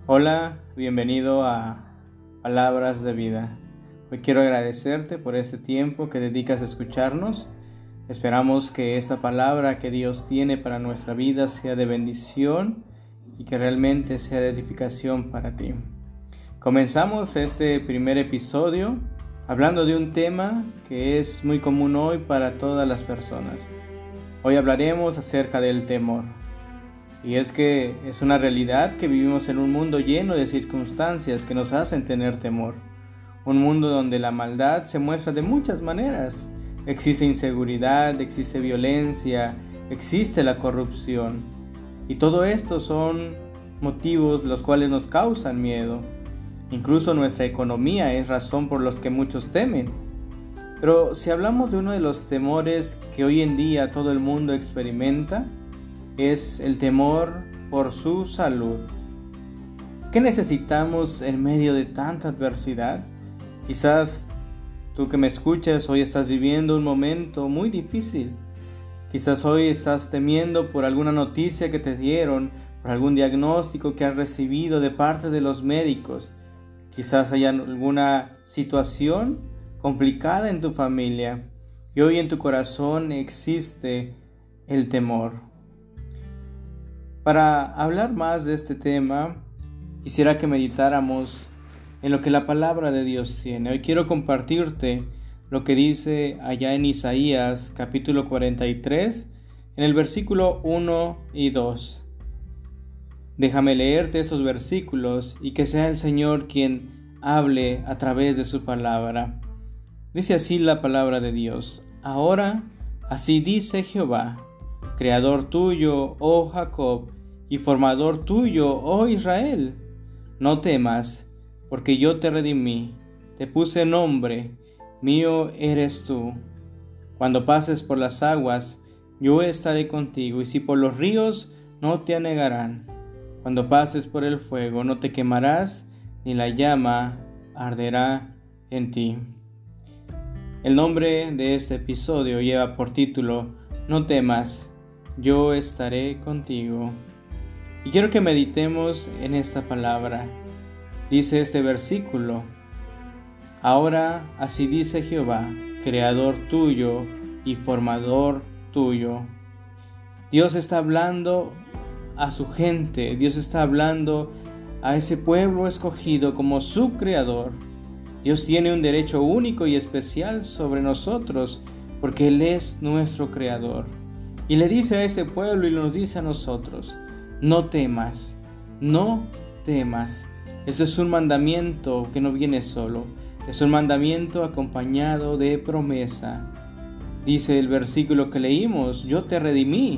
Hola, bienvenido a Palabras de Vida. Hoy quiero agradecerte por este tiempo que dedicas a escucharnos. Esperamos que esta palabra que Dios tiene para nuestra vida sea de bendición y que realmente sea de edificación para ti. Comenzamos este primer episodio hablando de un tema que es muy común hoy para todas las personas. Hoy hablaremos acerca del temor. Y es que es una realidad que vivimos en un mundo lleno de circunstancias que nos hacen tener temor. Un mundo donde la maldad se muestra de muchas maneras. Existe inseguridad, existe violencia, existe la corrupción. Y todo esto son motivos los cuales nos causan miedo. Incluso nuestra economía es razón por los que muchos temen. Pero si hablamos de uno de los temores que hoy en día todo el mundo experimenta, es el temor por su salud. ¿Qué necesitamos en medio de tanta adversidad? Quizás tú que me escuchas hoy estás viviendo un momento muy difícil. Quizás hoy estás temiendo por alguna noticia que te dieron, por algún diagnóstico que has recibido de parte de los médicos. Quizás haya alguna situación complicada en tu familia y hoy en tu corazón existe el temor. Para hablar más de este tema, quisiera que meditáramos en lo que la palabra de Dios tiene. Hoy quiero compartirte lo que dice allá en Isaías capítulo 43, en el versículo 1 y 2. Déjame leerte esos versículos y que sea el Señor quien hable a través de su palabra. Dice así la palabra de Dios: Ahora, así dice Jehová, Creador tuyo, oh Jacob, y formador tuyo, oh Israel. No temas, porque yo te redimí, te puse nombre, mío eres tú. Cuando pases por las aguas, yo estaré contigo, y si por los ríos, no te anegarán. Cuando pases por el fuego, no te quemarás, ni la llama arderá en ti. El nombre de este episodio lleva por título: No temas, yo estaré contigo. Y quiero que meditemos en esta palabra. Dice este versículo: Ahora así dice Jehová, Creador tuyo y formador tuyo. Dios está hablando a su gente, Dios está hablando a ese pueblo escogido como su Creador. Dios tiene un derecho único y especial sobre nosotros porque Él es nuestro Creador. Y le dice a ese pueblo y nos dice a nosotros: no temas, no temas. Esto es un mandamiento que no viene solo, es un mandamiento acompañado de promesa. Dice el versículo que leímos: yo te redimí.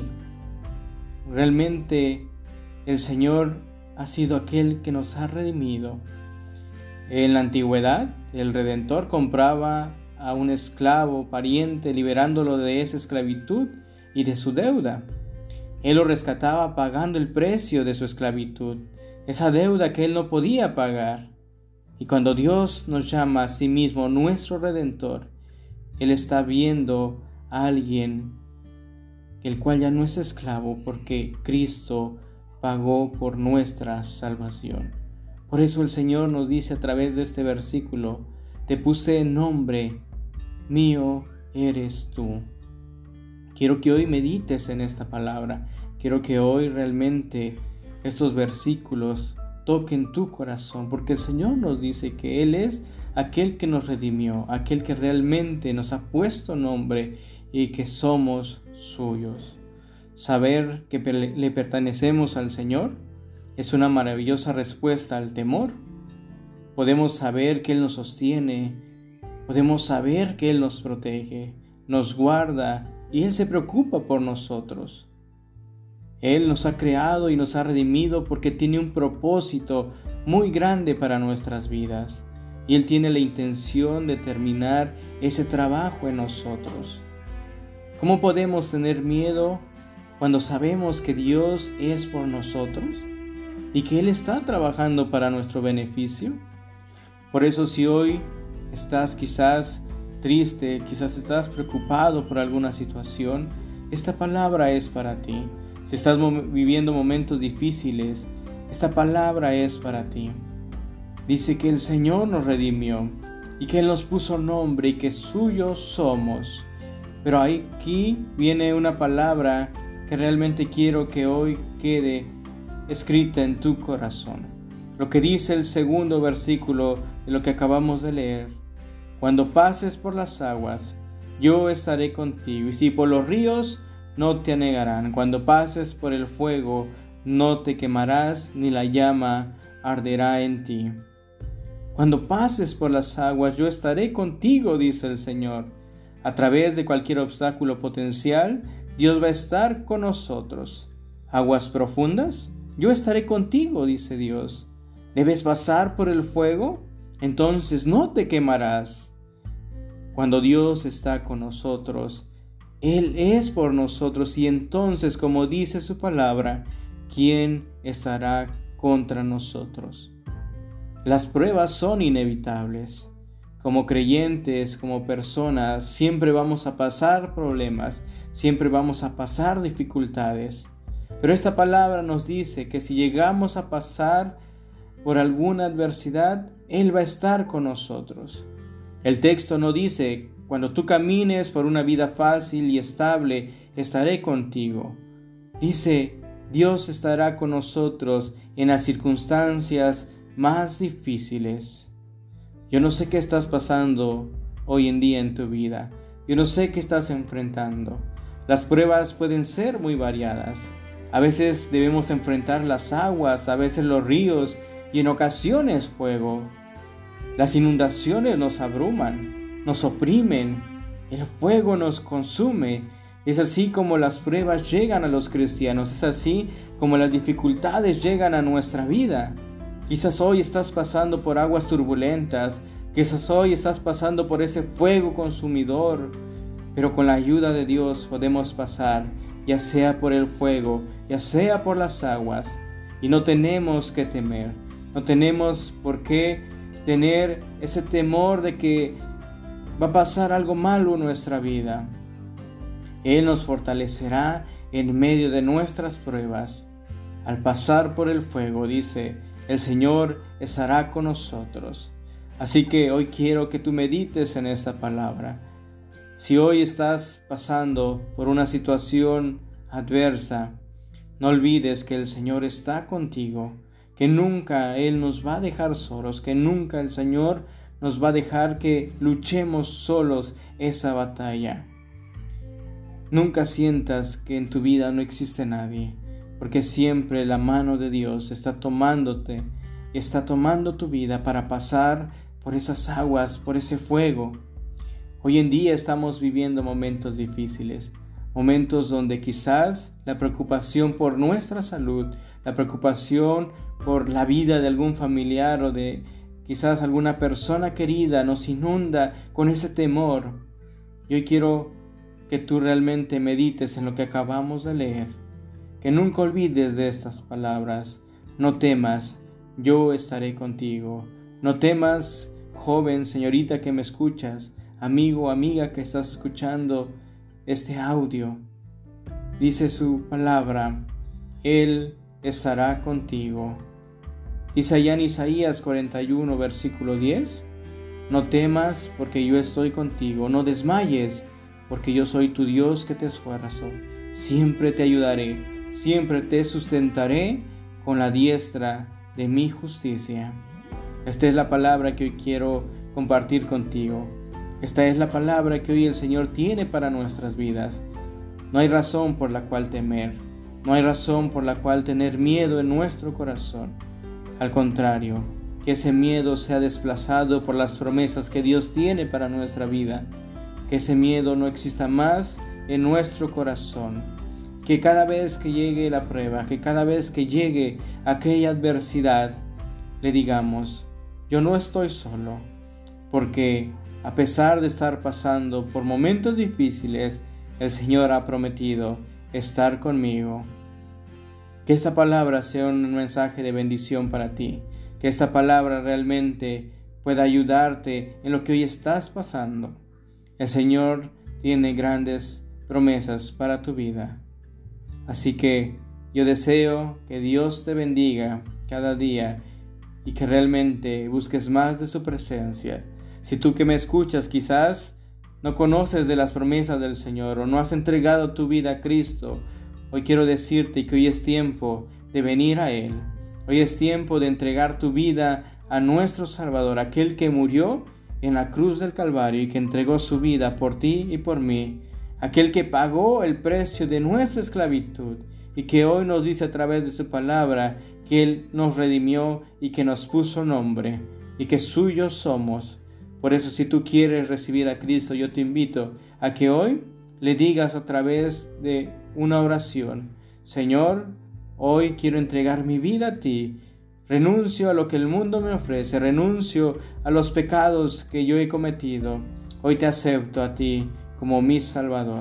Realmente el Señor ha sido aquel que nos ha redimido. En la antigüedad, el Redentor compraba a un esclavo pariente, liberándolo de esa esclavitud y de su deuda. Él lo rescataba pagando el precio de su esclavitud, esa deuda que él no podía pagar. Y cuando Dios nos llama a sí mismo nuestro Redentor, Él está viendo a alguien el cual ya no es esclavo, porque Cristo pagó por nuestra salvación. Por eso el Señor nos dice a través de este versículo: te puse nombre, mío eres tú. Quiero que hoy medites en esta palabra. Quiero que hoy realmente estos versículos toquen tu corazón, porque el Señor nos dice que Él es aquel que nos redimió, aquel que realmente nos ha puesto nombre y que somos suyos. Saber que le pertenecemos al Señor es una maravillosa respuesta al temor. Podemos saber que Él nos sostiene, podemos saber que Él nos protege, nos guarda, y Él se preocupa por nosotros. Él nos ha creado y nos ha redimido porque tiene un propósito muy grande para nuestras vidas. Y Él tiene la intención de terminar ese trabajo en nosotros. ¿Cómo podemos tener miedo cuando sabemos que Dios es por nosotros y que Él está trabajando para nuestro beneficio? Por eso, si hoy estás quizás triste, quizás estás preocupado por alguna situación, esta palabra es para ti. Si estás viviendo momentos difíciles, Esta palabra es para ti. Dice que el Señor nos redimió y que Él nos puso nombre y que suyos somos. Pero aquí viene una palabra que realmente quiero que hoy quede escrita en tu corazón. Lo que dice el segundo versículo de lo que acabamos de leer. Cuando pases por las aguas, yo estaré contigo, y si por los ríos, no te anegarán. Cuando pases por el fuego, no te quemarás, ni la llama arderá en ti. Cuando pases por las aguas, yo estaré contigo, dice el Señor. A través de cualquier obstáculo potencial, Dios va a estar con nosotros. Aguas profundas, yo estaré contigo, dice Dios. ¿Debes pasar por el fuego? Entonces no te quemarás. Cuando Dios está con nosotros, Él es por nosotros, y entonces, como dice su palabra, ¿quién estará contra nosotros? Las pruebas son inevitables. Como creyentes, como personas, siempre vamos a pasar problemas, siempre vamos a pasar dificultades. Pero esta palabra nos dice que si llegamos a pasar por alguna adversidad, Él va a estar con nosotros. El texto no dice, cuando tú camines por una vida fácil y estable, estaré contigo. Dice, Dios estará con nosotros en las circunstancias más difíciles. Yo no sé qué estás pasando hoy en día en tu vida. Yo no sé qué estás enfrentando. Las pruebas pueden ser muy variadas. A veces debemos enfrentar las aguas, a veces los ríos y en ocasiones fuego. Las inundaciones nos abruman, nos oprimen, el fuego nos consume. Es así como las pruebas llegan a los cristianos, es así como las dificultades llegan a nuestra vida. Quizás hoy estás pasando por aguas turbulentas, quizás hoy estás pasando por ese fuego consumidor, pero con la ayuda de Dios podemos pasar, ya sea por el fuego, ya sea por las aguas, y no tenemos que temer, no tenemos por qué tener ese temor de que va a pasar algo malo en nuestra vida. Él nos fortalecerá en medio de nuestras pruebas. Al pasar por el fuego, dice, el Señor estará con nosotros. Así que hoy quiero que tú medites en esta palabra. Si hoy estás pasando por una situación adversa, no olvides que el Señor está contigo, que nunca Él nos va a dejar solos, que nunca el Señor nos va a dejar que luchemos solos esa batalla. Nunca sientas que en tu vida no existe nadie, porque siempre la mano de Dios está tomándote y está tomando tu vida para pasar por esas aguas, por ese fuego. Hoy en día estamos viviendo momentos difíciles, momentos donde quizás la preocupación por nuestra salud, la preocupación por la vida de algún familiar o de quizás alguna persona querida nos inunda con ese temor. Y hoy quiero que tú realmente medites en lo que acabamos de leer, que nunca olvides de estas palabras. No temas, yo estaré contigo. No temas, joven, señorita que me escuchas, amigo, amiga que estás escuchando este audio. Dice su palabra, Él estará contigo. Dice allá en Isaías 41, versículo 10, no temas porque yo estoy contigo, no desmayes porque yo soy tu Dios que te esfuerzo. Siempre te ayudaré, siempre te sustentaré con la diestra de mi justicia. Esta es la palabra que hoy quiero compartir contigo. Esta es la palabra que hoy el Señor tiene para nuestras vidas. No hay razón por la cual temer, no hay razón por la cual tener miedo en nuestro corazón. Al contrario, que ese miedo sea desplazado por las promesas que Dios tiene para nuestra vida. Que ese miedo no exista más en nuestro corazón. Que cada vez que llegue la prueba, que cada vez que llegue aquella adversidad, le digamos, yo no estoy solo, porque a pesar de estar pasando por momentos difíciles, el Señor ha prometido estar conmigo. Que esta palabra sea un mensaje de bendición para ti, que esta palabra realmente pueda ayudarte en lo que hoy estás pasando. El Señor tiene grandes promesas para tu vida. Así que yo deseo que Dios te bendiga cada día y que realmente busques más de su presencia. Si tú que me escuchas quizás no conoces de las promesas del Señor o no has entregado tu vida a Cristo, hoy quiero decirte que hoy es tiempo de venir a Él. Hoy es tiempo de entregar tu vida a nuestro Salvador, aquel que murió en la cruz del Calvario y que entregó su vida por ti y por mí, aquel que pagó el precio de nuestra esclavitud y que hoy nos dice a través de su palabra que Él nos redimió y que nos puso nombre y que suyos somos. Por eso, si tú quieres recibir a Cristo, yo te invito a que hoy le digas a través de una oración: Señor, hoy quiero entregar mi vida a ti. Renuncio a lo que el mundo me ofrece, renuncio a los pecados que yo he cometido. Hoy te acepto a ti como mi Salvador.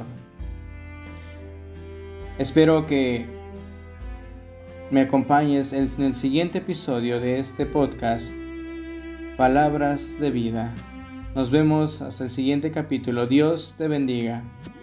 Espero que me acompañes en el siguiente episodio de este podcast, Palabras de Vida. Nos vemos hasta el siguiente capítulo. Dios te bendiga.